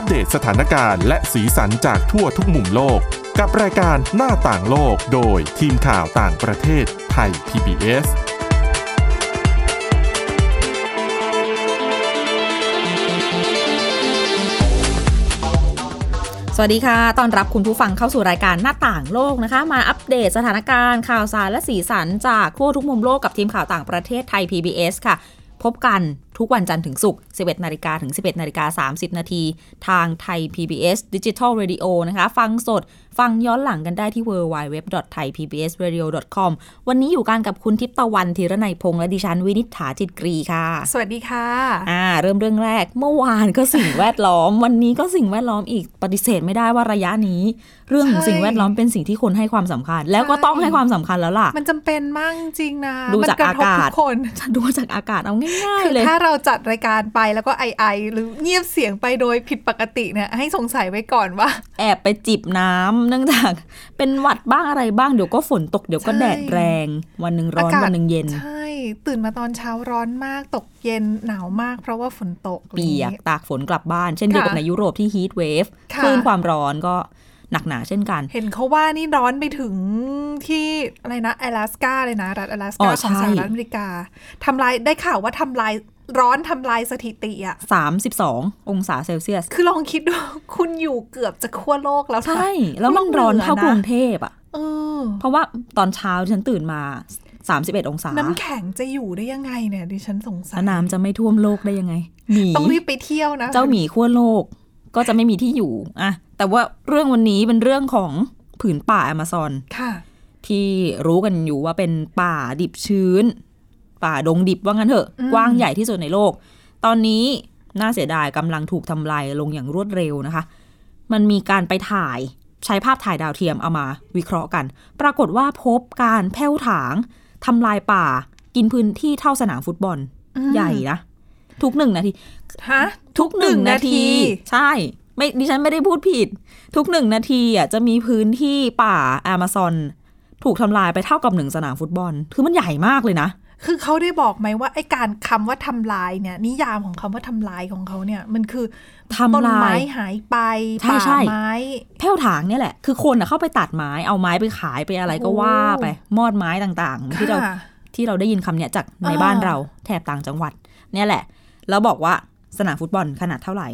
อัปเดตสถานการณ์และสีสันจากทั่วทุกมุมโลกกับรายการหน้าต่างโลกโดยทีมข่าวต่างประเทศไทย PBS สวัสดีค่ะต้อนรับคุณผู้ฟังเข้าสู่รายการหน้าต่างโลกนะคะมาอัปเดตสถานการณ์ข่าวสารและสีสันจากทั่วทุกมุมโลกกับทีมข่าวต่างประเทศไทย PBS ค่ะพบกันทุกวันจันทร์ถึงศุกร์ 11:00 นถึง 11:30 นทางไทย PBS Digital Radio นะคะฟังสดฟังย้อนหลังกันได้ที่ www.thaipbsradio.com วันนี้อยู่กันกับคุณทิพย์ตะวันธีรนัยพงษ์และดิฉันวินิษฐาจิตกรีค่ะสวัสดีค่ะเริ่มเรื่องแรกเมื่อวานก็สิ่งแวดล้อมวันนี้ก็สิ่งแวดล้อมอีกปฏิเสธไม่ได้ว่าระยะนี้เรื่องของสิ่งแวดล้อมเป็นสิ่งที่คนให้ความสำคัญแล้วก็ต้องให้ความสำคัญแล้วล่ะมันจำเป็นมากจริงนะดูจากอากาศดูจากอากาศเอาง่ายๆเลยถ้าเราจัดรายการไปแล้วก็ไอหรือเงียบเสียงไปโดยผิดปกติเนี่ยให้สงสัยไว้ก่อนว่าแอบไปจิบน้ำเนื่องจากเป็นหวัดบ้างอะไรบ้างเดี๋ยวก็ฝนตกเดี๋ยวก็แดดแรงวันนึงร้อนวันนึงเย็นใช่ตื่นมาตอนเช้าร้อนมากตกเย็นหนาวมากเพราะว่าฝนตกเปียกตากฝนกลับบ้านเช่นเดียวกับในยุโรปที่ฮีทเวฟคลื่นความร้อนก็หนักหนาเช่นกันเห็นเขาว่านี่ร้อนไปถึงที่อะไรนะอลาสก้าเลยนะรัฐอลาสก้าของสหรัฐอเมริกาทำลายได้ข่าวว่าทำลายร้อนทำลายสถิติอ่ะ 32 องศาเซลเซียสคือลองคิดดูคุณอยู่เกือบจะขั้วโลกแล้วใช่แล้วมันร้อนเท่ากรุงเทพอ่ะเพราะว่าตอนเช้าฉันตื่นมา31 องศาน้ำแข็งจะอยู่ได้ยังไงเนี่ยดิฉันสงสัยน้ำจะไม่ท่วมโลกได้ยังไงต้องรีบไปเที่ยวนะเจ้าหมีขั้วโลกก็จะไม่มีที่อยู่อะแต่ว่าเรื่องวันนี้เป็นเรื่องของผืนป่าแอมะซอนที่รู้กันอยู่ว่าเป็นป่าดิบชื้นป่าดงดิบว่างั้นเถอะกว้างใหญ่ที่สุดในโลกตอนนี้น่าเสียดายกำลังถูกทำลายลงอย่างรวดเร็วนะคะมันมีการไปถ่ายใช้ภาพถ่ายดาวเทียมเอามาวิเคราะห์กันปรากฏว่าพบการแผ่วถางทำลายป่ากินพื้นที่เท่าสนามฟุตบอลใหญ่นะทุก1 นาทีทุก1 นาทีใช่ไม่ดิฉันไม่ได้พูดผิดทุก1 นาทีอ่ะจะมีพื้นที่ป่าแอมะซอนถูกทำลายไปเท่ากับ1 สนามฟุตบอลคือมันใหญ่มากเลยนะคือเขาได้บอกไหมว่าไอ้การคำว่าทำลายเนี่ยนิยามของคำว่าทำลายของเขาเนี่ยมันคือต้นไม้หายไปป่าไม้แผ่วถางเนี่ยแหละคือคนเข้าไปตัดไม้เอาไม้ไปขายไปอะไรก็ว่าไปมอดไม้ต่างๆที่เราได้ยินคำเนี้ยจากในบ้านเราแถบต่างจังหวัดเนี่ยแหละแล้วบอกว่าสนามฟุตบอลขนาดเท่าไหร่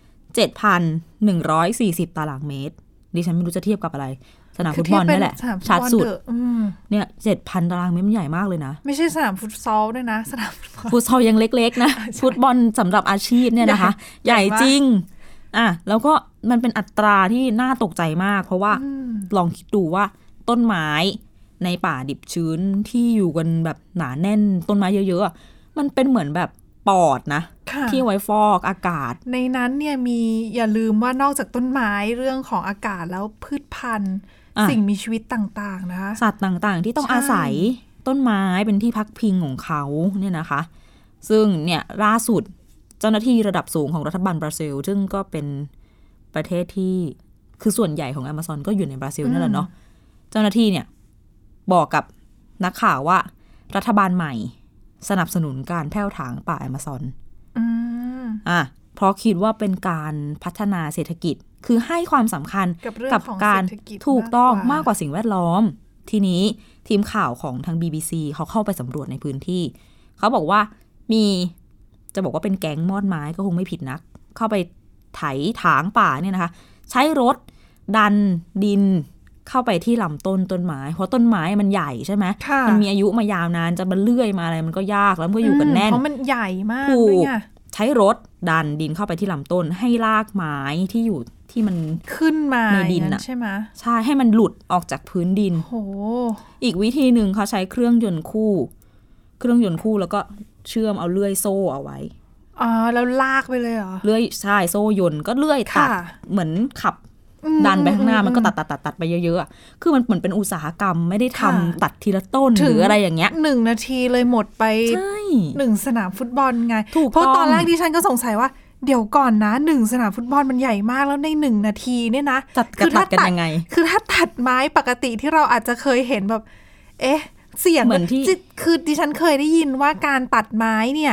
7,140 ตารางเมตรดิฉันไม่รู้จะเทียบกับอะไรสนามฟุตบอลนี่แหละชัดสุดเนี่ย 7,000 ตารางเมตรมันใหญ่มากเลยนะไม่ใช่สนามฟุตซอลด้วยนะสนามฟุตซอลยังเล็กๆนะฟุตบอลสำหรับอาชีพเนี่ยนะคะใหญ่จริงแล้วก็มันเป็นอัตราที่น่าตกใจมากเพราะว่าลองคิดดูว่าต้นไม้ในป่าดิบชื้นที่อยู่กันแบบหนาแน่นต้นไม้เยอะๆมันเป็นเหมือนแบบปอดนะที่ไว้ฟอกอากาศในนั้นเนี่ยมีอย่าลืมว่านอกจากต้นไม้เรื่องของอากาศแล้วพืชพันธุ์สิ่งมีชีวิตต่างๆนะคะสัตว์ต่างๆที่ต้องอาศัยต้นไม้เป็นที่พักพิงของเขาเนี่ยนะคะซึ่งเนี่ยล่าสุดเจ้าหน้าที่ระดับสูงของรัฐบาลบราซิลซึ่งก็เป็นประเทศที่คือส่วนใหญ่ของ Amazon ก็อยู่ในบราซิลนั่นแหละเนาะเจ้าหน้าที่เนี่ยบอกกับนักข่าวว่ารัฐบาลใหม่สนับสนุนการแผ่วถางป่าแอมะซอนเพราะคิดว่าเป็นการพัฒนาเศรษฐกิจคือให้ความสำคัญกับการถูกต้องมากกว่าสิ่งแวดล้อมทีนี้ทีมข่าวของทาง BBC เขาเข้าไปสำรวจในพื้นที่เขาบอกว่าจะบอกว่าเป็นแก๊งมอดไม้ก็คงไม่ผิดนักเข้าไปไถถางป่าเนี่ยนะคะใช้รถดันดินเข้าไปที่ลำต้นไม้เพราะต้นไม้มันใหญ่ใช่ไหมมันมีอายุมายาวนานจะมันเลื่อยมาอะไรมันก็ยากแล้วมันก็อยู่กันแน่นเพราะมันใหญ่มากด้วยไงใช้รถดันดินเข้าไปที่ลำต้นให้รากไม้ที่อยู่ที่มันขึ้นมาในดินอ่ะใช่ไหมใช่ให้มันหลุดออกจากพื้นดินอีกวิธีหนึ่งเขาใช้เครื่องยนต์คู่แล้วก็เชื่อมเอาเลื่อยโซ่เอาไว้แล้วลากไปเลยเหรอเลื่อยใช่โซ่ยนต์ก็เลื่อยตัดเหมือนขับดันไปข้างหน้ามันก็ตัดไปเยอะๆคือมันเหมือนเป็นอุตสาหกรรมไม่ได้ทำตัดทีละต้นหรืออะไรอย่างเงี้ย 1 นาทีเลยหมดไป1 สนามฟุตบอลไงเพราะตอนแรกดิฉันก็สงสัยว่าเดี๋ยวก่อนนะ1 สนามฟุตบอลมันใหญ่มากแล้วใน1 นาทีเนี่ยนะคือถ้าตัดยังไงคือถ้าตัดไม้ปกติที่เราอาจจะเคยเห็นแบบเสียงเหมือนที่คือดิฉันเคยได้ยินว่าการตัดไม้เนี่ย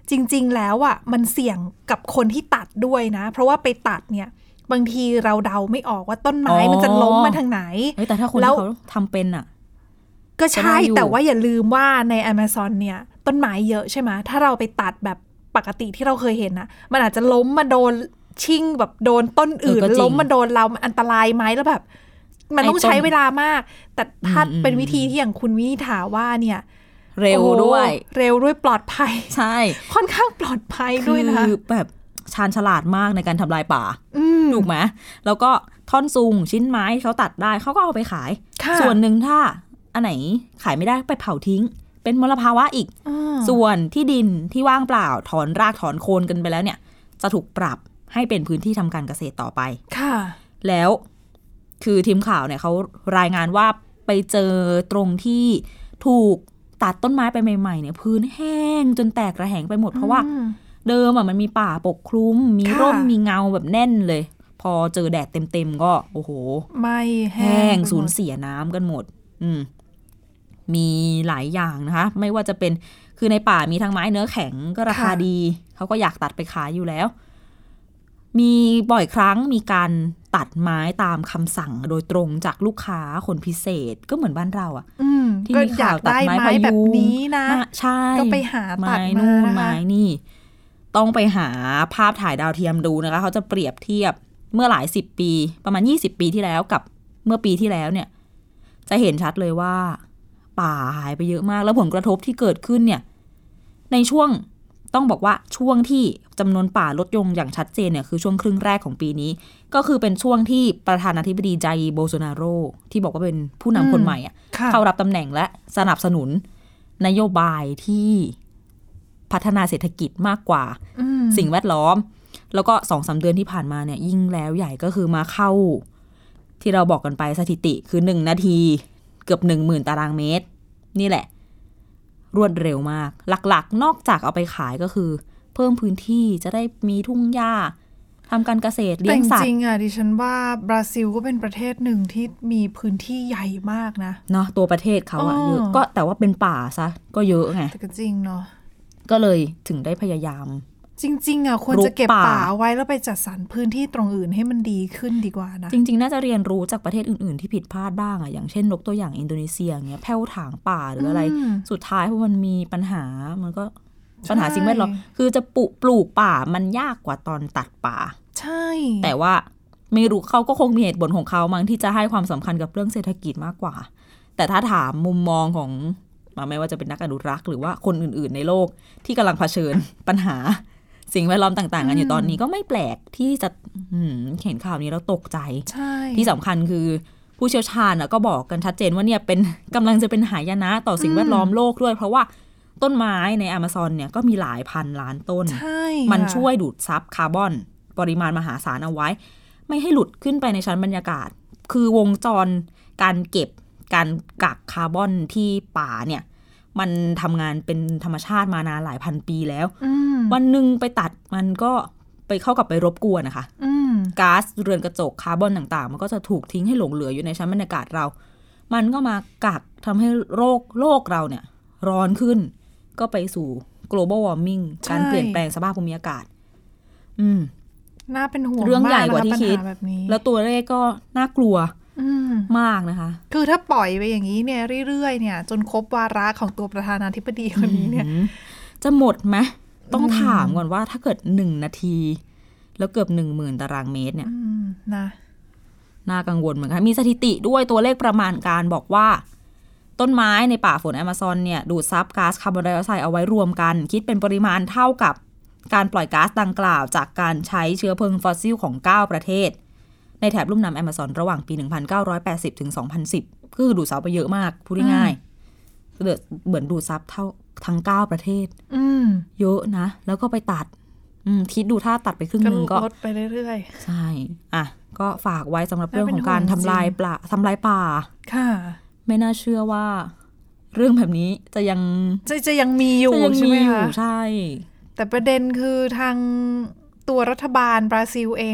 จริงๆแล้วอ่ะมันเสี่ยงกับคนที่ตัดด้วยนะเพราะว่าไปตัดเนี่ยบางทีเราเดาไม่ออกว่าต้นไม้มันจะล้มมาทางไหนแต่ถ้าคนที่เขาทำเป็นอ่ะก็ใช่แต่ว่าอย่าลืมว่าใน Amazon เนี่ยต้นไม้เยอะใช่ไหมถ้าเราไปตัดแบบปกติที่เราเคยเห็นนะมันอาจจะล้มมาโดนชิ่งแบบโดนต้นอื่นล้มมาโดนเรามันอันตรายไหมแล้วแบบมันต้องใช้เวลามากแต่ถ้าเป็นวิธีที่อย่างคุณวินิฐาว่าเนี่ยเร็วด้วยปลอดภัยใช่ค่อนข้างปลอดภัยด้วยนะคือแบบชาญฉลาดมากในการทำลายป่าถูกไหมแล้วก็ท่อนซุงชิ้นไม้ที่เขาตัดได้เขาก็เอาไปขายส่วนหนึ่งถ้าอันไหนขายไม่ได้ไปเผาทิ้งเป็นมลภาวะอีกส่วนที่ดินที่ว่างเปล่าถอนรากถอนโคนกันไปแล้วเนี่ยจะถูกปรับให้เป็นพื้นที่ทำการเกษตรต่อไปค่ะแล้วคือทีมข่าวเนี่ยเขารายงานว่าไปเจอตรงที่ถูกตัดต้นไม้ไปใหม่ๆเนี่ยพื้นแห้งจนแตกระแหงไปหมดเพราะว่าเดิมมันมีป่าปกคลุมมีร่มมีเงาแบบแน่นเลยพอเจอแดดเต็มๆก็โอ้โหไม่แห้งสูญเสียน้ำกันหมดมีหลายอย่างนะคะไม่ว่าจะเป็นคือในป่ามีทั้งไม้เนื้อแข็งก็ราคาดีเขาก็อยากตัดไปขายอยู่แล้วมีบ่อยครั้งมีการตัดไม้ตามคำสั่งโดยตรงจากลูกค้าคนพิเศษก็เหมือนบ้านเราอ่ะที่มีข่าวตัดไม้พยุงแบบนี้นะใช่ก็ไปหาตัดไม้นู่นไม้นี่ต้องไปหาภาพถ่ายดาวเทียมดูนะคะเขาจะเปรียบเทียบเมื่อหลาย10ปีประมาณ20ปีที่แล้วกับเมื่อปีที่แล้วเนี่ยจะเห็นชัดเลยว่าป่าหายไปเยอะมากแล้วผลกระทบที่เกิดขึ้นเนี่ยในช่วงต้องบอกว่าช่วงที่จำนวนป่าลดลงอย่างชัดเจนเนี่ยคือช่วงครึ่งแรกของปีนี้ก็คือเป็นช่วงที่ประธานาธิบดีไจร์โบโซนาโรที่บอกว่าเป็นผู้นำคนใหม่เข้ารับตำแหน่งและสนับสนุนนโยบายที่พัฒนาเศรษฐกิจมากกว่าสิ่งแวดล้อมแล้วก็ 2-3 เดือนที่ผ่านมาเนี่ยยิ่งแล้วใหญ่ก็คือมาเข้าที่เราบอกกันไปสถิติคือ1นาทีเกือบ 10,000 ตารางเมตรนี่แหละรวดเร็วมากหลักๆนอกจากเอาไปขายก็คือเพิ่มพื้นที่จะได้มีทุ่งหญ้าทำการเกษตรเลี้ยงสัตว์จริงๆอ่ะดิฉันว่าบราซิลก็เป็นประเทศหนึ่งที่มีพื้นที่ใหญ่มากนะเนาะตัวประเทศเขาอะเยอะก็แต่ว่าเป็นป่าซะก็เยอะไงแต่ก็จริงเนาะก็เลยถึงได้พยายามจริงๆอ่ะควรจะเก็บป่าเอาไว้แล้วไปจัดสรรพื้นที่ตรงอื่นให้มันดีขึ้นดีกว่านะจริงๆน่าจะเรียนรู้จากประเทศอื่นๆที่ผิดพลาดบ้างอ่ะอย่างเช่นยกตัวอย่างอินโดนีเซียเงี้ยแผ่วถางป่าหรืออะไรสุดท้ายพอมันมีปัญหามันก็ปัญหาสิ่งแวดล้อมคือจะปลูกป่ามันยากกว่าตอนตัดป่าใช่แต่ว่าไม่รู้เขาก็คงมีเหตุผลของเขามั้งที่จะให้ความสำคัญกับเรื่องเศรษฐกิจมากกว่าแต่ถ้าถามมุมมองของไม่ว่าจะเป็นนักอนุรักษ์หรือว่าคนอื่นๆในโลกที่กำลังเผชิญปัญหาสิ่งแวดล้อมต่างๆกันอยู่ตอนนี้ก็ไม่แปลกที่จะเห็นข่าวนี้แล้วตกใจที่สำคัญคือผู้เชี่ยวชาญก็บอกกันชัดเจนว่าเนี่ยเป็นกำลังจะเป็นหายนะต่อสิ่งแวดล้อมโลกด้วยเพราะว่าต้นไม้ใน Amazon เนี่ยก็มีหลายพันล้านต้นมันช่วยดูดซับคาร์บอนปริมาณมหาศาลเอาไว้ไม่ให้หลุดขึ้นไปในชั้นบรรยากาศคือวงจรการเก็บการกักคาร์บอนที่ป่าเนี่ยมันทำงานเป็นธรรมชาติมานานหลายพันปีแล้ววันหนึ่งไปตัดมันก็ไปเข้ากับไปรบกวนนะคะก๊าซเรือนกระจกคาร์บอนต่างๆมันก็จะถูกทิ้งให้หลงเหลืออยู่ในชั้นบรรยากาศเรามันก็มากักทำให้โลกเราเนี่ยร้อนขึ้นก็ไปสู่ global warming การเปลี่ยนแปลงสภาพภูมิอากาศน่าเป็นห่วงเรื่องใหญ่กว่าที่คิดแล้วตัวเลขก็น่ากลัวมากนะคะคือถ้าปล่อยไปอย่างนี้เนี่ยเรื่อยๆเนี่ยจนครบวาระของตัวประธานาธิบดีคนนี้เนี่ยจะหมดไหมต้องถามก่อนว่าถ้าเกิด1นาทีแล้วเกือบ 10,000 ตารางเมตรเนี่ยนะน่ากังวลเหมือนกันมีสถิติด้วยตัวเลขประมาณการบอกว่าต้นไม้ในป่าฝนแอมะซอนเนี่ยดูดซับก๊าซคาร์บอนไดออกไซด์เอาไว้รวมกันคิดเป็นปริมาณเท่ากับการปล่อยก๊าซดังกล่าวจากการใช้เชื้อเพลิงฟอสซิลของ9ประเทศในแถบลุ่มน้ำแอมะซอนระหว่างปี1980ถึง2010คือดูดซับไปเยอะมากพูดง่ายๆเหมือนดูดซับเท่าทั้ง9ประเทศเยอะนะแล้วก็ไปตัดคิดดูถ้าตัดไปครึ่งนึงก็ลดไปเรื่อยๆใช่อ่ะก็ฝากไว้สำหรับเรื่องของการทำลายป่าค่ะไม่น่าเชื่อว่าเรื่องแบบนี้จะยังมีอยู่ใช่ไหมคะใช่แต่ประเด็นคือทางตัวรัฐบาลบราซิลเองก็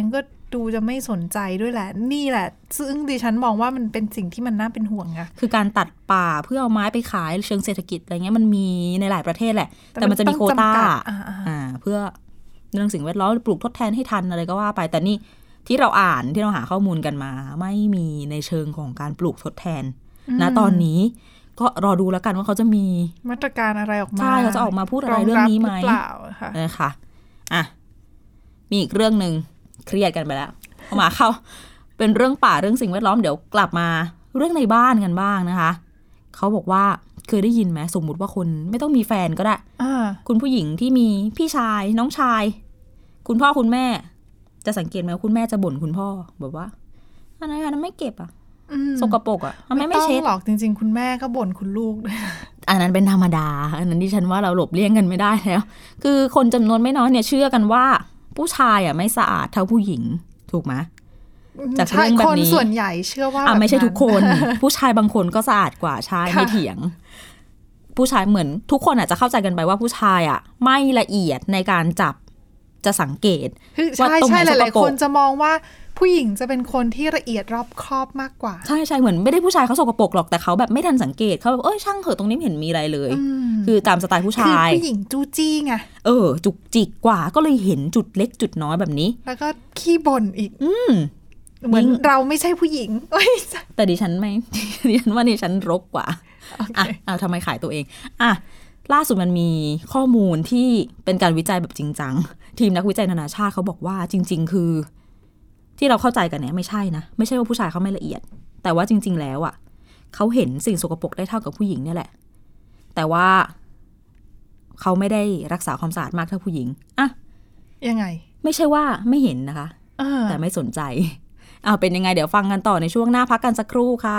ดูจะไม่สนใจด้วยแหละนี่แหละซึ่งดิฉันมองว่ามันเป็นสิ่งที่มันน่าเป็นห่วงอะคือการตัดป่าเพื่อเอาไม้ไปขายเชิงเศรษฐกิจอะไรเงี้ยมันมีในหลายประเทศแหละแต่มันจะมีโควต้าเพื่อเรื่องสิ่งแวดล้อมปลูกทดแทนให้ทันอะไรก็ว่าไปแต่นี่ที่เราอ่านที่เราหาข้อมูลกันมาไม่มีในเชิงของการปลูกทดแทนนะตอนนี้ก็รอดูแล้วกันว่าเขาจะมีมาตรการอะไรออกมาใช่เขาจะออกมาพูดอะไรเรื่องนี้ไหมนะคะอ่ะมีอีกเรื่องนึงเครียดกันไปแล้วเข้าเป็นเรื่องป่าเรื่องสิ่งแวดล้อมเดี๋ยวกลับมาเรื่องในบ้านกันบ้างนะคะเขาบอกว่าเคยได้ยินไหมสมมุติว่าคนไม่ต้องมีแฟนก็ได้คุณผู้หญิงที่มีพี่ชายน้องชายคุณพ่อคุณแม่จะสังเกตไหมว่าคุณแม่จะบ่นคุณพ่อแบบว่าอะไรกันไม่เก็บอ่ะสกปรกอ่ะทำไมไม่เช็ดหรอกจริงๆคุณแม่ก็บ่นคุณลูกด้วยอันนั้นเป็นธรรมดาอันนั้นดิฉันว่าเราหลบเลี่ยงกันไม่ได้แล้วคือคนจำนวนไม่น้อยเนี่ยเชื่อกันว่าผู้ชายอ่ะไม่สะอาดเท่าผู้หญิงถูกไหมจากเรื่องแบบนี้คนส่วนใหญ่เชื่อว่าไม่ใช่ทุกคนผู้ชายบางคนก็สะอาดกว่าชายไม่เถียงผู้ชายเหมือนทุกคนอาจจะเข้าใจกันไปว่าผู้ชายอ่ะไม่ละเอียดในการจับจะสังเกตว่าตรงไหนสกปรกหลายคนจะมองว่าผู้หญิงจะเป็นคนที่ละเอียดรอบคอบมากกว่าใช่เหมือนไม่ได้ผู้ชายเขาสกปรกหรอกแต่เขาแบบไม่ทันสังเกตเขาแบบช่างเถอะตรงนี้ไม่เห็นมีอะไรเลยคือตามสไตล์ผู้ชายคือผู้หญิงจู้จี้ไงจุกจิกกว่าก็เลยเห็นจุดเล็กจุดน้อยแบบนี้แล้วก็ขี้บ่นอีกเหมือนเราไม่ใช่ผู้หญิงแต่ดิฉันไม่ดิฉันว่าดิฉันรกกว่าทำไมขายตัวเองล่าสุดมันมีข้อมูลที่เป็นการวิจัยแบบจริงจังทีมนักวิจัยนานาชาติเขาบอกว่าจริงๆคือที่เราเข้าใจกันเนี่ยไม่ใช่นะไม่ใช่ว่าผู้ชายเขาไม่ละเอียดแต่ว่าจริงๆแล้วเขาเห็นสิ่งสกปรกได้เท่ากับผู้หญิงเนี่ยแหละแต่ว่าเขาไม่ได้รักษาความสะอาดมากเท่าผู้หญิงยังไงไม่ใช่ว่าไม่เห็นนะคะแต่ไม่สนใจเป็นยังไงเดี๋ยวฟังกันต่อในช่วงหน้าพักกันสักครู่ค่ะ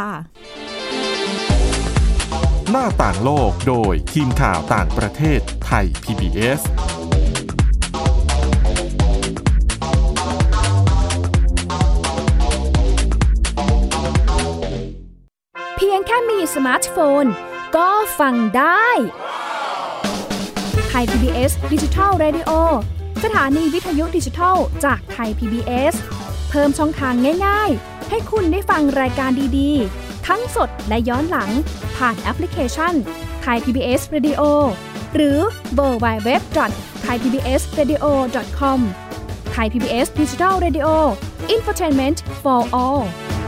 หน้าต่างโลกโดยทีมข่าวต่างประเทศไทย PBS เพียงแค่มีสมาร์ทโฟนก็ฟังได้ไทย PBS Digital Radio สถานีวิทยุดิจิทัลจากไทย PBS เพิ่มช่องทางง่ายๆให้คุณได้ฟังรายการดีๆทั้งสดและย้อนหลังผ่านแอปพลิเคชัน Thai PBS Radio หรือ www.thaipbsradio.com Thai PBS Digital Radio Infotainment for all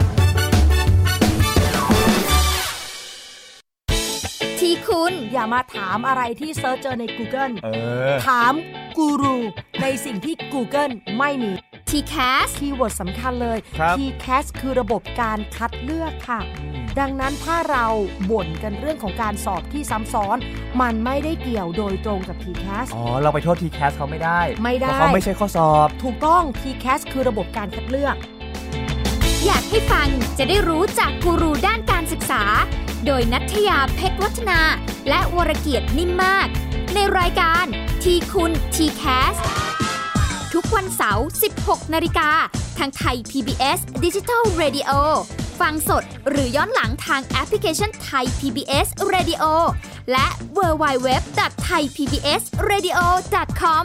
ที่คุณอย่ามาถามอะไรที่เซิร์ชเจอใน Google ถามกูรูในสิ่งที่ Google ไม่มี TCAS คีย์เวิร์ดสำคัญเลย TCAS คือระบบการคัดเลือกค่ะดังนั้นถ้าเราบ่นกันเรื่องของการสอบที่ซ้ำซ้อนมันไม่ได้เกี่ยวโดยตรงกับ TCAS เราไปโทษ TCAS เขาไม่ได้เพราะเขาไม่ใช่ข้อสอบถูกต้อง TCAS คือระบบการคัดเลือกอยากให้ฟังจะได้รู้จากกูรูด้านการศึกษาโดยณัฐยาเพชรวัฒนาและวรเกียรตินิ่มมากในรายการทีคุณ TCAS ทุกวันเสาร์ 16 นาฬิกาทางไทย PBS Digital Radio ฟังสดหรือย้อนหลังทางแอปพลิเคชันไทย PBS Radio และ www.thaipbsradio.com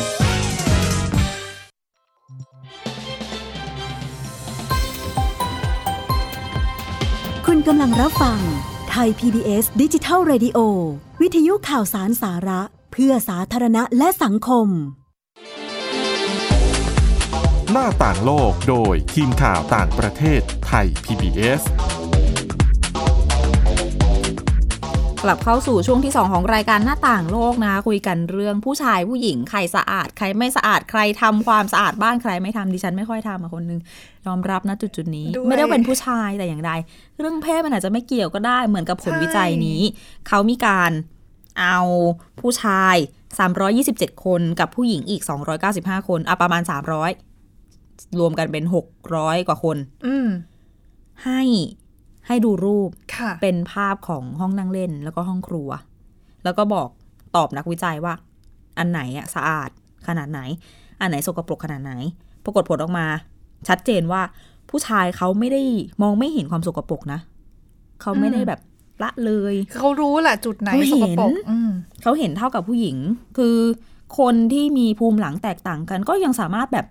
คุณกำลังรับฟังไทย PBS Digital Radio วิทยุข่าวสารสาระเพื่อสาธารณะและสังคมหน้าต่างโลกโดยทีมข่าวต่างประเทศไทย PBS กลับเข้าสู่ช่วงที่2ของรายการหน้าต่างโลกนะคุยกันเรื่องผู้ชายผู้หญิงใครสะอาดใครไม่สะอาดใครทำความสะอาดบ้านใครไม่ทำดิฉันไม่ค่อยทำคนนึงยอมรับนะจุดๆนี้ไม่ได้เป็นผู้ชายแต่อย่างใดเรื่องเพศมันอาจจะไม่เกี่ยวก็ได้เหมือนกับผลวิจัยนี้เขามีการเอาผู้ชาย327คนกับผู้หญิงอีก295คนประมาณ300รวมกันเป็น600กว่าคนให้ดูรูปเป็นภาพของห้องนั่งเล่นแล้วก็ห้องครัวแล้วก็บอกตอบนักวิจัยว่าอันไหนสะอาดขนาดไหนอันไหนสกปรกขนาดไหนปรากฏผลออกมาชัดเจนว่าผู้ชายเขาไม่ได้มองไม่เห็นความสกปรกนะเขาไม่ได้แบบละเลยเขารู้แหละจุดไหนสกปรกเขาเห็นเท่ากับผู้หญิงคือคนที่มีภูมิหลังแตกต่างกันก็ยังสามารถแบบ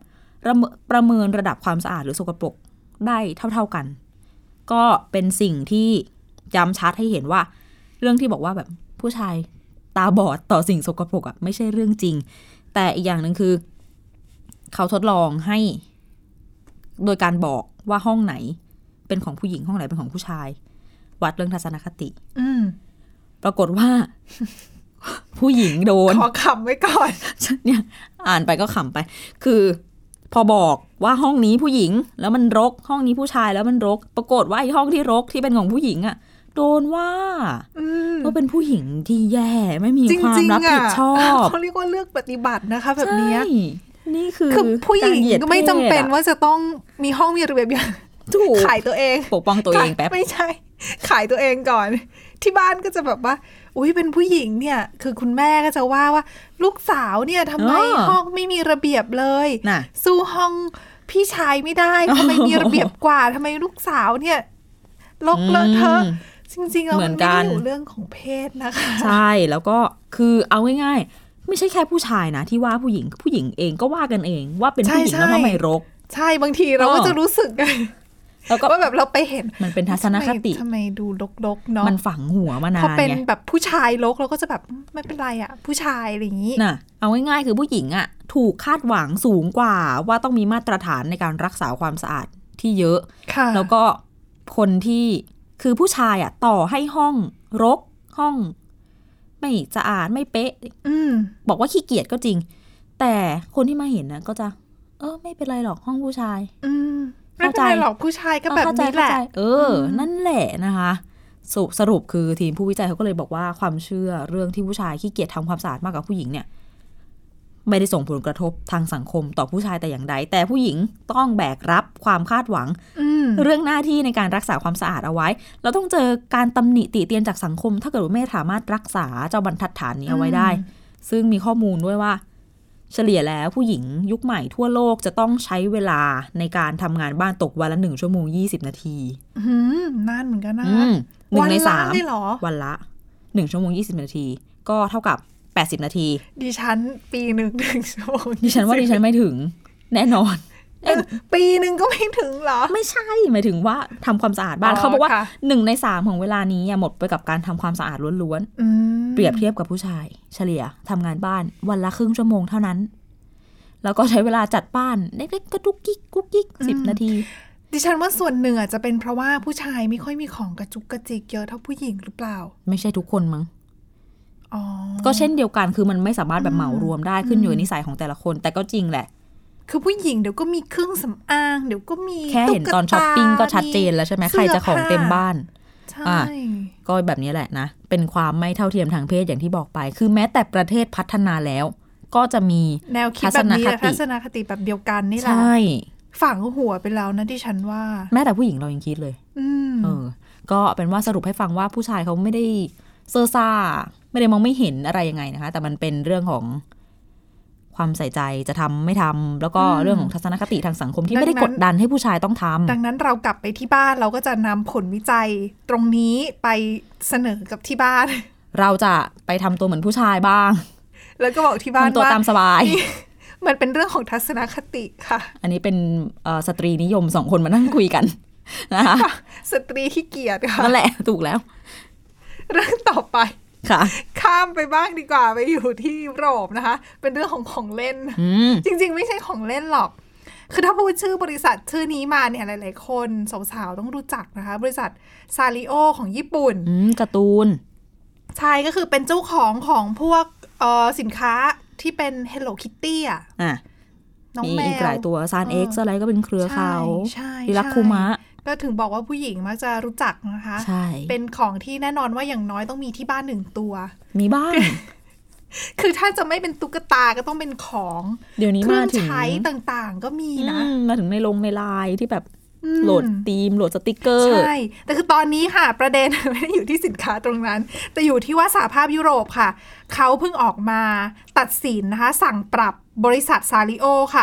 ประเมินระดับความสะอาดหรือสกปรกได้เท่าๆกันก็เป็นสิ่งที่ย้ำชัดให้เห็นว่าเรื่องที่บอกว่าแบบผู้ชายตาบอดต่อสิ่งสกปรกอ่ะไม่ใช่เรื่องจริงแต่อีกอย่างนึงคือเขาทดลองให้โดยการบอกว่าห้องไหนเป็นของผู้หญิงห้องไหนเป็นของผู้ชายวัดเรื่องทัศนคติปรากฏว่า ผู้หญิงโดนขอขำไว้ก่อนเนี่ยอ่านไปก็ขำไปคือพอบอกว่าห้องนี้ผู้หญิงแล้วมันรกห้องนี้ผู้ชายแล้วมันรกปรากฏว่าไอ้ห้องที่รกที่เป็นของผู้หญิงอ่ะโดนว่าเป็นผู้หญิงที่แย่ไม่มีความรับผิดชอบเขาเรียกว่าเลือกปฏิบัตินะคะแบบนี้นี่คือผู้หญิงก็ไม่จำเป็นว่าจะต้องมีห้องมีระเบียบอย่างขายตัวเองปกป้องตัวเองแป๊บไม่ใช่ขายตัวเองก่อนที่บ้านก็จะแบบว่าอุ้ยเป็นผู้หญิงเนี่ยคือคุณแม่ก็จะว่าลูกสาวเนี่ยทำไมห้องไม่มีระเบียบเลยสู้ห้องพี่ชายไม่ได้ทำไมมีระเบียบกว่าทำไมลูกสาวเนี่ยลกเลอะเทอะจริงๆแล้วมันไม่ได้อยู่เรื่องของเพศนะคะใช่แล้วก็คือเอาง่ายๆไม่ใช่แค่ผู้ชายนะที่ว่าผู้หญิงเองก็ว่ากันเองว่าเป็นผู้หญิงแล้วทำไมรกใช่บางทีเราก็จะรู้สึกแล้วก็แบบเราไปเห็นมันเป็นทัศนคติทำไมดูรกๆเนาะมันฝังหัวมานานไงพอเป็นแบบผู้ชายรกเราก็จะแบบไม่เป็นไรอ่ะผู้ชายอะไรอย่างนี้น่ะเอาง่ายๆคือผู้หญิงอ่ะถูกคาดหวังสูงกว่าว่าต้องมีมาตรฐานในการรักษาความสะอาดที่เยอะแล้วก็คนที่คือผู้ชายอ่ะต่อให้ห้องรกห้องไม่สะอาดไม่เป๊ะบอกว่าขี้เกียจก็จริงแต่คนที่มาเห็นนะก็จะไม่เป็นไรหรอกห้องผู้ชายไม่เป็นไรหรอกผู้ชายก็แบบนี้แหละนั่นแหละนะคะสรุปคือทีมผู้วิจัยเขาก็เลยบอกว่าความเชื่อเรื่องที่ผู้ชายขี้เกียจทำความสะอาดมากกว่าผู้หญิงเนี่ยไม่ได้ส่งผลกระทบทางสังคมต่อผู้ชายแต่อย่างใดแต่ผู้หญิงต้องแบกรับความคาดหวังเรื่องหน้าที่ในการรักษาความสะอาดเอาไว้เราต้องเจอการตำหนิติเตียนจากสังคมถ้าเกิดว่าไม่สามารถรักษาเจ้าบรรทัดฐานนี้เอาไว้ได้ซึ่งมีข้อมูลด้วยว่าเฉลี่ยแล้วผู้หญิงยุคใหม่ทั่วโลกจะต้องใช้เวลาในการทำงานบ้านตกวันละ1 ชั่วโมง 20 นาทีนานเหมือนกันนะ 1 ใน 3วันละ1 ชั่วโมง 20 นาทีก็เท่ากับ80 นาทีดิฉันปีนึง1 ชั่วโมงดิฉันว่าดิฉันไม่ถึงแน่นอนปีนึงก็ไม่ถึงเหรอไม่ใช่หมายถึงว่าทำความสะอาดบ้านเขาบอกว่า1 ใน 3ของเวลานี้หมดไปกับการทำความสะอาดล้วนๆเปรียบเทียบกับผู้ชายเฉลี่ยทำงานบ้านวันละครึ่งชั่วโมงเท่านั้นแล้วก็ใช้เวลาจัดบ้านเล็กๆก็กุ๊กกิ๊ก10 นาทีดิฉันว่าส่วนหนึ่งอาจจะเป็นเพราะว่าผู้ชายไม่ค่อยมีของกระจุกกระจิกเยอะเท่าผู้หญิงหรือเปล่าไม่ใช่ทุกคนมั้งก็เช่นเดียวกันคือมันไม่สามารถแบบเหมารวมได้ขึ้นอยู่ในนิสัยของแต่ละคนแต่ก็จริงแหละคือผู้หญิงเดี๋ยวก็มีเครื่องสำอางเดี๋ยวก็มีแค่เห็นตอนช้อปปิ้งก็ชัดเจนแล้วใช่ไหมใครจะของเต็มบ้านใช่ก็แบบนี้แหละนะเป็นความไม่เท่าเทียมทางเพศอย่างที่บอกไปคือแม้แต่ประเทศพัฒนาแล้วก็จะมีแนวคิดแบบนี้ทัศนคติแบบเดียวกันนี่แหละใช่ฝังหัวไปแล้วนะที่ฉันว่าแม้แต่ผู้หญิงเรายังคิดเลยก็เป็นว่าสรุปให้ฟังว่าผู้ชายเขาไม่ได้เซ่อซ่าไม่ได้มองไม่เห็นอะไรยังไงนะคะแต่มันเป็นเรื่องของความใส่ใจจะทำไม่ทำแล้วก็เรื่องของทัศนคติทางสังคมที่ไม่ได้กดดันให้ผู้ชายต้องทำดังนั้นเรากลับไปที่บ้านเราก็จะนำผลวิจัยตรงนี้ไปเสนอกับที่บ้านเราจะไปทำตัวเหมือนผู้ชายบ้างแล้วก็บอกที่บ้านว่าตัวตามสบายมันเป็นเรื่องของทัศนคติค่ะอันนี้เป็นสตรีนิยม2 คนมานั่งคุยกันนะคะสตรีขี้เกียจค่ะนั่นแหละถูกแล้วเรื่องต่อไปข้ามไปบ้างดีกว่าไปอยู่ที่ยุโรปนะคะเป็นเรื่องของเล่นจริงๆไม่ใช่ของเล่นหรอกคือถ้าพูดชื่อบริษัทชื่อนี้มาเนี่ยหลายๆคนสาวๆต้องรู้จักนะคะบริษัทซาริโอของญี่ปุ่นการ์ตูนใช่ก็คือเป็นเจ้าของพวกสินค้าที่เป็น Hello Kitty อ่ะน้องแมวมีอีกหลายตัวซานเอ็กซ์อะไรก็เป็นเครือเขาดิลักคุมะก็ถึงบอกว่าผู้หญิงมักจะรู้จักนะคะเป็นของที่แน่นอนว่าอย่างน้อยต้องมีที่บ้าน1 ตัวมีบ้างคือถ้าจะไม่เป็นตุ๊กตาก็ต้องเป็นของเดี๋ยวนี้มาถึงใช้ต่างๆก็มีนะมาถึงในไลน์ที่แบบโหลดธีมโหลดสติกเกอร์ใช่แต่คือตอนนี้ค่ะประเด็นไม่ได้อยู่ที่สินค้าตรงนั้นแต่อยู่ที่ว่าสหภาพยุโรปค่ะเขาเพิ่งออกมาตัดสินนะคะสั่งปรับบริษัทซาริโอค่ะ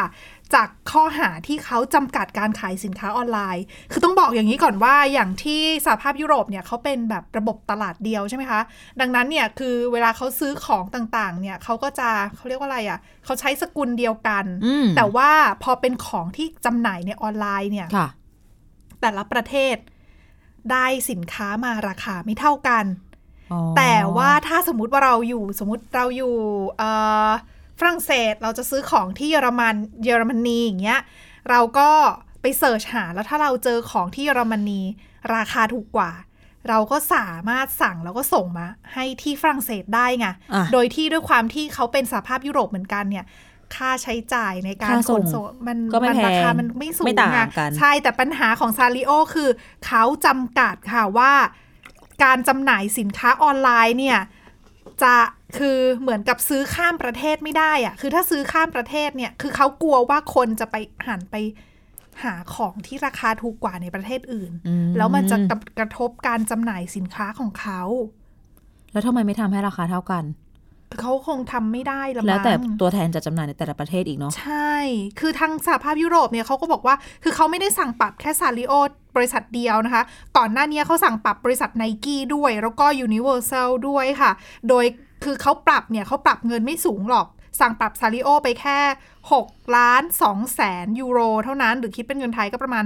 จากข้อหาที่เขาจำกัดการขายสินค้าออนไลน์คือต้องบอกอย่างนี้ก่อนว่าอย่างที่สหภาพยุโรปเนี่ยเขาเป็นแบบระบบตลาดเดียวใช่ไหมคะดังนั้นเนี่ยคือเวลาเขาซื้อของต่างๆเนี่ยเขาก็จะเขาเรียกว่าอะไรอ่ะเขาใช้สกุลเดียวกันแต่ว่าพอเป็นของที่จำหน่ายในออนไลน์เนี่ยแต่ละประเทศได้สินค้ามาราคาไม่เท่ากันแต่ว่าถ้าสมมุติว่าเราอยู่ฝรั่งเศสเราจะซื้อของที่เยอรมนีอย่างเงี้ยเราก็ไปเสิร์ชหาแล้วถ้าเราเจอของที่เยอรมนีราคาถูกกว่าเราก็สามารถสั่งแล้วก็ส่งมาให้ที่ฝรั่งเศสได้ไงโดยที่ด้วยความที่เขาเป็นสหภาพยุโรปเหมือนกันเนี่ยค่าใช้จ่ายในการขนส่งมันราคามันไม่สูงไงใช่แต่ปัญหาของซาริโอคือเขาจำกัดค่ะว่าการจำหน่ายสินค้าออนไลน์เนี่ยจะคือเหมือนกับซื้อข้ามประเทศไม่ได้อะคือถ้าซื้อข้ามประเทศเนี่ยคือเขากลัวว่าคนจะไปหันไปหาของที่ราคาถูกกว่าในประเทศอื่นแล้วมันจะกระทบการจำหน่ายสินค้าของเขาแล้วทำไมไม่ทำให้ราคาเท่ากันเขาคงทำไม่ได้ละมั้งแล้วแต่ตัวแทนจะจำหน่ายในแต่ละประเทศอีกเนาะใช่คือทางสหภาพยุโรปเนี่ยเขาก็บอกว่าคือเขาไม่ได้สั่งปรับแค่ซาริโอบริษัทเดียวนะคะก่อนหน้านี้เขาสั่งปรับบริษัท Nike ด้วยแล้วก็ Universal ด้วยค่ะโดยคือเขาปรับเงินไม่สูงหรอกสั่งปรับซาริโอไปแค่6,200,000 ยูโรเท่านั้นหรือคิดเป็นเงินไทยก็ประมาณ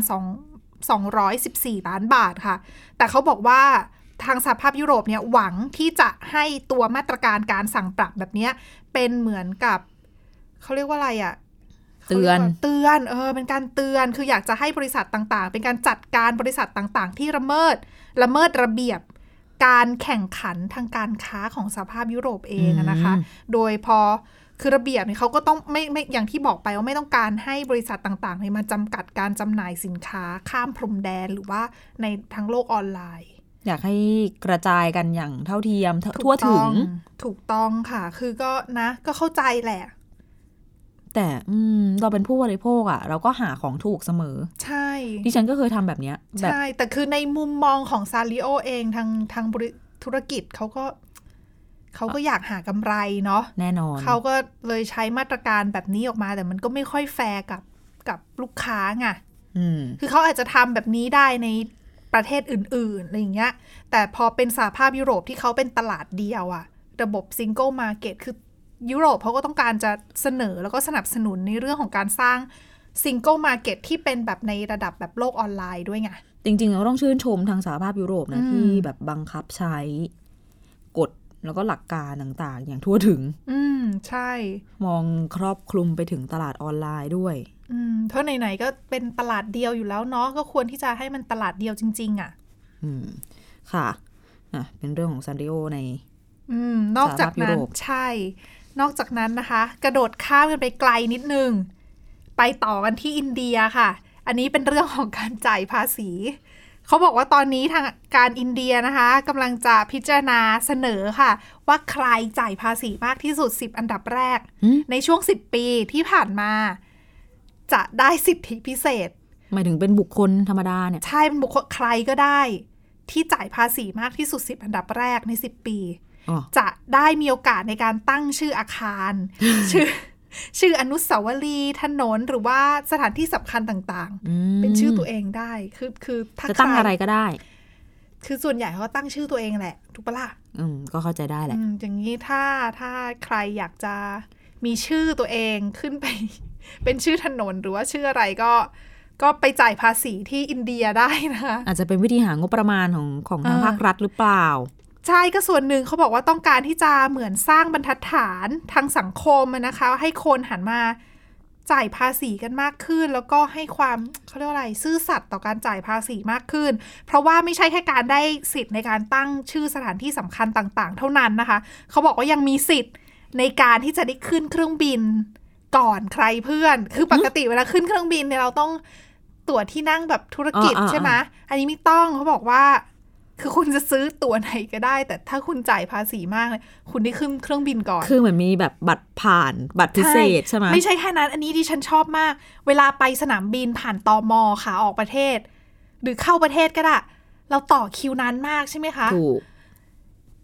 214 ล้านบาทค่ะแต่เขาบอกว่าทางสหภาพยุโรปเนี่ยหวังที่จะให้ตัวมาตรการการสั่งปรับแบบนี้เป็นเหมือนกับเขาเรียกว่าอะไรอ่ะเตือนเป็นการเตือนคืออยากจะให้บริษัทต่างๆเป็นการจัดการบริษัทต่างๆที่ละเมิดระเบียบการแข่งขันทางการค้าของสหภาพยุโรปเองนะคะโดยพอคือระเบียบเนี่ยเขาก็ต้องไม่อย่างที่บอกไปว่าไม่ต้องการให้บริษัทต่างๆมาจำกัดการจำหน่ายสินค้าข้ามพรมแดนหรือว่าในทั้งโลกออนไลน์อยากให้กระจายกันอย่างเท่าเทียมทั่วถึงถูกต้องค่ะคือก็เข้าใจแหละแต่เราเป็นผู้บริโภคอ่ะเราก็หาของถูกเสมอใช่ดิฉันก็เคยทำแบบเนี้ยใช่แต่คือในมุมมองของซาริโอเองทางธุรกิจเขาก็อยากหากำไรเนาะแน่นอนเขาก็เลยใช้มาตรการแบบนี้ออกมาแต่มันก็ไม่ค่อยแฟร์กับลูกค้าไงคือเขาอาจจะทำแบบนี้ได้ในประเทศอื่นๆอะไรอย่างเงี้ยแต่พอเป็นสหภาพยุโรปที่เขาเป็นตลาดเดียวอะระบบซิงเกิลมาร์เก็ตคือยุโรปเขาก็ต้องการจะเสนอแล้วก็สนับสนุนในเรื่องของการสร้างซิงเกิลมาร์เก็ตที่เป็นแบบในระดับแบบโลกออนไลน์ด้วยไงจริงๆเราต้องชื่นชมทางสหภาพยุโรปนะที่แบบบังคับใช้กฎแล้วก็หลักการต่างๆอย่างทั่วถึงใช่มองครอบคลุมไปถึงตลาดออนไลน์ด้วยเพราะไหนๆก็เป็นตลาดเดียวอยู่แล้วเนาะก็ควรที่จะให้มันตลาดเดียวจริงๆอ่ะค่ะเป็นเรื่องของซาริโอในนอกจากนั้นใช่นอกจากนั้นนะคะกระโดดข้ามกันไปไกลนิดนึงไปต่อกันที่อินเดียค่ะอันนี้เป็นเรื่องของการจ่ายภาษีเขาบอกว่าตอนนี้ทางการอินเดียนะคะกำลังจะพิจารณาเสนอค่ะว่าใครจ่ายภาษีมากที่สุด10อันดับแรกในช่วง10ปีที่ผ่านมาจะได้สิทธิพิเศษหมายถึงเป็นบุคคลธรรมดาเนี่ยใช่เป็นบุคคลใครก็ได้ที่จ่ายภาษีมากที่สุด10อันดับแรกใน10ปีจะได้มีโอกาสในการตั้งชื่ออาคาร ชื่ออนุสาวรีย์ถนนหรือว่าสถานที่สำคัญต่างๆเป็นชื่อตัวเองได้คือถ้าจะตั้งอะไรก็ได้คือส่วนใหญ่เขาตั้งชื่อตัวเองแหละถูกปะล่ะก็เข้าใจได้แหละอย่างนี้ถ้าใครอยากจะมีชื่อตัวเองขึ้นไปเป็นชื่อถนนหรือว่าชื่ออะไรก็ไปจ่ายภาษีที่อินเดียได้นะคะอาจจะเป็นวิธีหางบประมาณของทางภาครัฐหรือเปล่าใช่ก็ส่วนหนึ่งเขาบอกว่าต้องการที่จะเหมือนสร้างบรรทัดฐานทางสังคมนะคะให้คนหันมาจ่ายภาษีกันมากขึ้นแล้วก็ให้ความเขาเรียกว่าอะไรซื่อสัตย์ต่อการจ่ายภาษีมากขึ้นเพราะว่าไม่ใช่แค่การได้สิทธิ์ในการตั้งชื่อสถานที่สำคัญต่างๆเท่านั้นนะคะเขาบอกว่ายังมีสิทธิ์ในการที่จะได้ขึ้นเครื่องบินก่อนใครเพื่อนคือปกติเวลาขึ้นเครื่องบินเนี่ยเราต้องตั๋วที่นั่งแบบธุรกิจใช่ไหมอันนี้ไม่ต้องเขาบอกว่าคือคุณจะซื้อตั๋วไหนก็ได้แต่ถ้าคุณจ่ายภาษีมากเลยคุณได้ขึ้นเครื่องบินก่อนคือเหมือนมีแบบบัตรผ่านบัตรพิเศษใช่ไหมไม่ใช่แค่นั้นอันนี้ที่ฉันชอบมากเวลาไปสนามบินผ่านตม.ค่ะออกประเทศหรือเข้าประเทศก็ได้เราต่อคิวนานมากใช่ไหมคะถูก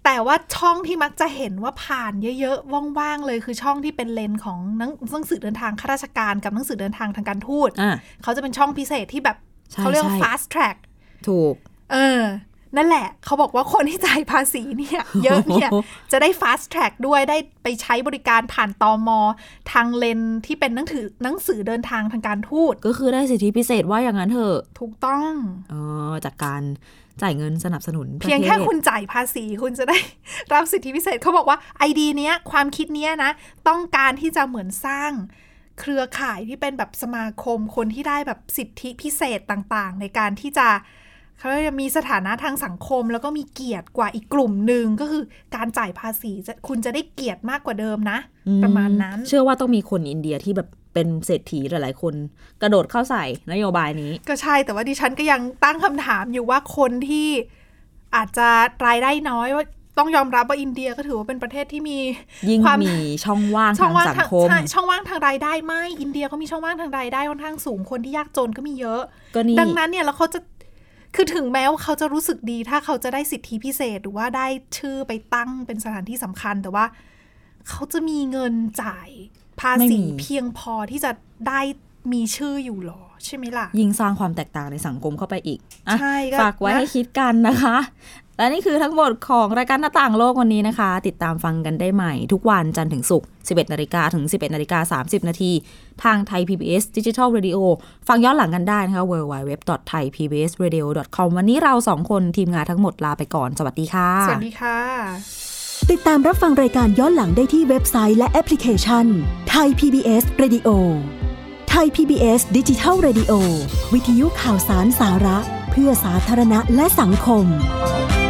แต่ว่าช่องที่มักจะเห็นว่าผ่านเยอะๆว่างๆเลยคือช่องที่เป็นเลนของหนังสือเดินทางข้าราชการกับหนังสือเดินทางทางการทูตเขาจะเป็นช่องพิเศษที่แบบเขาเรียกว่า fast track ถูกนั่นแหละเขาบอกว่าคนที่จ่ายภาษีเนี่ยเยอะเนี่ยจะได้ fast track ด้วยได้ไปใช้บริการผ่านตม.ทางเลนที่เป็นหนังสือเดินทางทางการทูตก็คือได้สิทธิพิเศษว่าอย่างนั้นเถอะถูกต้องจากการจ่ายเงินสนับสนุนเพียงแค่คุณจ่ายภาษีคุณจะได้รับสิทธิพิเศษเขาบอกว่าไอเดียเนี้ยความคิดเนี้ยนะต้องการที่จะเหมือนสร้างเครือข่ายที่เป็นแบบสมาคมคนที่ได้แบบสิทธิพิเศษต่างๆในการที่จะเขาจะมีสถานะทางสังคมแล้วก็มีเกียรติกว่าอีกกลุ่มหนึ่งก็คือการจ่ายภาษีคุณจะได้เกียรติมากกว่าเดิมนะประมาณนั้นเชื่อว่าต้องมีคนอินเดียที่แบบเป็นเศรษฐีหลายๆคนกระโดดเข้าใส่นโยบายนี้ก็ใช่แต่ว่าดิฉันก็ยังตั้งคำถามอยู่ว่าคนที่อาจจะรายได้น้อยว่าต้องยอมรับว่าอินเดียก็ถือว่าเป็นประเทศที่มียิ่งมีช่องว่างทางสังคมช่องว่างทางรายได้ไม่อินเดียเขามีช่องว่างทางรายได้ค่อนข้างสูงคนที่ยากจนก็มีเยอะดังนั้นเนี่ยแล้วเขาจะคือถึงแม้ว่าเขาจะรู้สึกดีถ้าเขาจะได้สิทธิพิเศษหรือว่าได้ชื่อไปตั้งเป็นสถานที่สำคัญแต่ว่าเขาจะมีเงินจ่ายภาษีเพียงพอที่จะได้มีชื่ออยู่หรอใช่ไหมล่ะยิ่งสร้างความแตกต่างในสังคมเข้าไปอีกฝากไว้ให้คิดกันนะคะและนี่คือทั้งหมดของรายการหน้าต่างโลกวันนี้นะคะติดตามฟังกันได้ใหม่ทุกวันจันทร์ถึงศุกร์ 11:00 นถึง 11:30 นทางไทย PBS Digital Radio ฟังย้อนหลังกันได้นะคะ www.thaipbsradio.com วันนี้เรา2คนทีมงานทั้งหมดลาไปก่อนสวัสดีค่ะสวัสดีค่ะติดตามรับฟังรายการย้อนหลังได้ที่เว็บไซต์และแอปพลิเคชันไทย PBS Radioไทย PBS Digital Radio วิทยุข่าวสารสาระเพื่อสาธารณะและสังคม